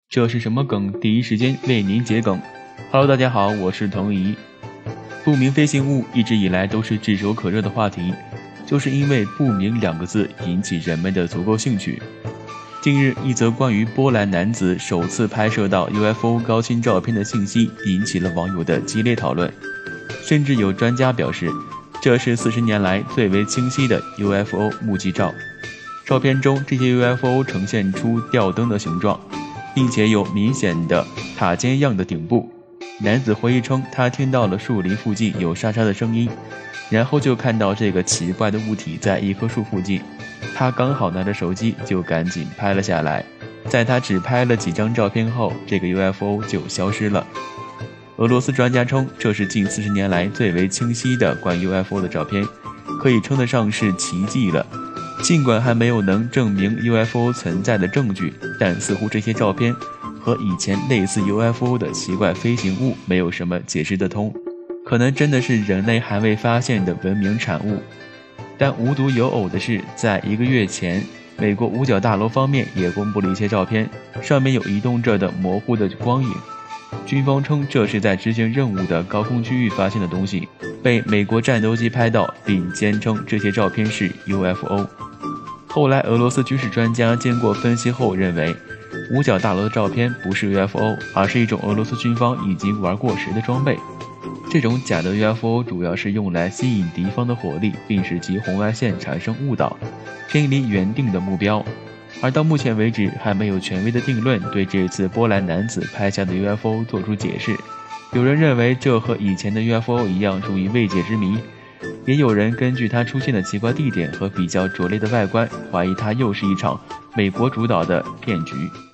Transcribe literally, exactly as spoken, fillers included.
这是什么梗？第一时间为您解梗。Hello， 大家好，我是腾仪。不明飞行物一直以来都是炙手可热的话题，就是因为不明两个字引起人们的足够兴趣。近日，一则关于波兰男子首次拍摄到 U F O 高清照片的信息引起了网友的激烈讨论，甚至有专家表示，这是四十年来最为清晰的 U F O 目击照。照片中，这些 U F O 呈现出吊灯的形状，并且有明显的塔尖样的顶部。男子回忆称，他听到了树林附近有沙沙的声音，然后就看到这个奇怪的物体在一棵树附近。他刚好拿着手机，就赶紧拍了下来。在他只拍了几张照片后，这个 U F O 就消失了。俄罗斯专家称，这是近四十年来最为清晰的关于 U F O 的照片，可以称得上是奇迹了。尽管还没有能证明 U F O 存在的证据，但似乎这些照片和以前类似 U F O 的奇怪飞行物没有什么解释得通，可能真的是人类还未发现的文明产物。但无独有偶的是，在一个月前，美国五角大楼方面也公布了一些照片，上面有移动着的模糊的光影。军方称这是在执行任务的高空区域发现的东西，被美国战斗机拍到，并坚称这些照片是 U F O。后来，俄罗斯军事专家经过分析后认为，五角大楼的照片不是 U F O， 而是一种俄罗斯军方已经玩过时的装备。这种假的 U F O 主要是用来吸引敌方的火力，并使其红外线产生误导，偏离原定的目标。而到目前为止，还没有权威的定论对这次波兰男子拍下的 U F O 做出解释。有人认为这和以前的 U F O 一样属于未解之谜，也有人根据它出现的奇怪地点和比较拙劣的外观，怀疑它又是一场美国主导的骗局。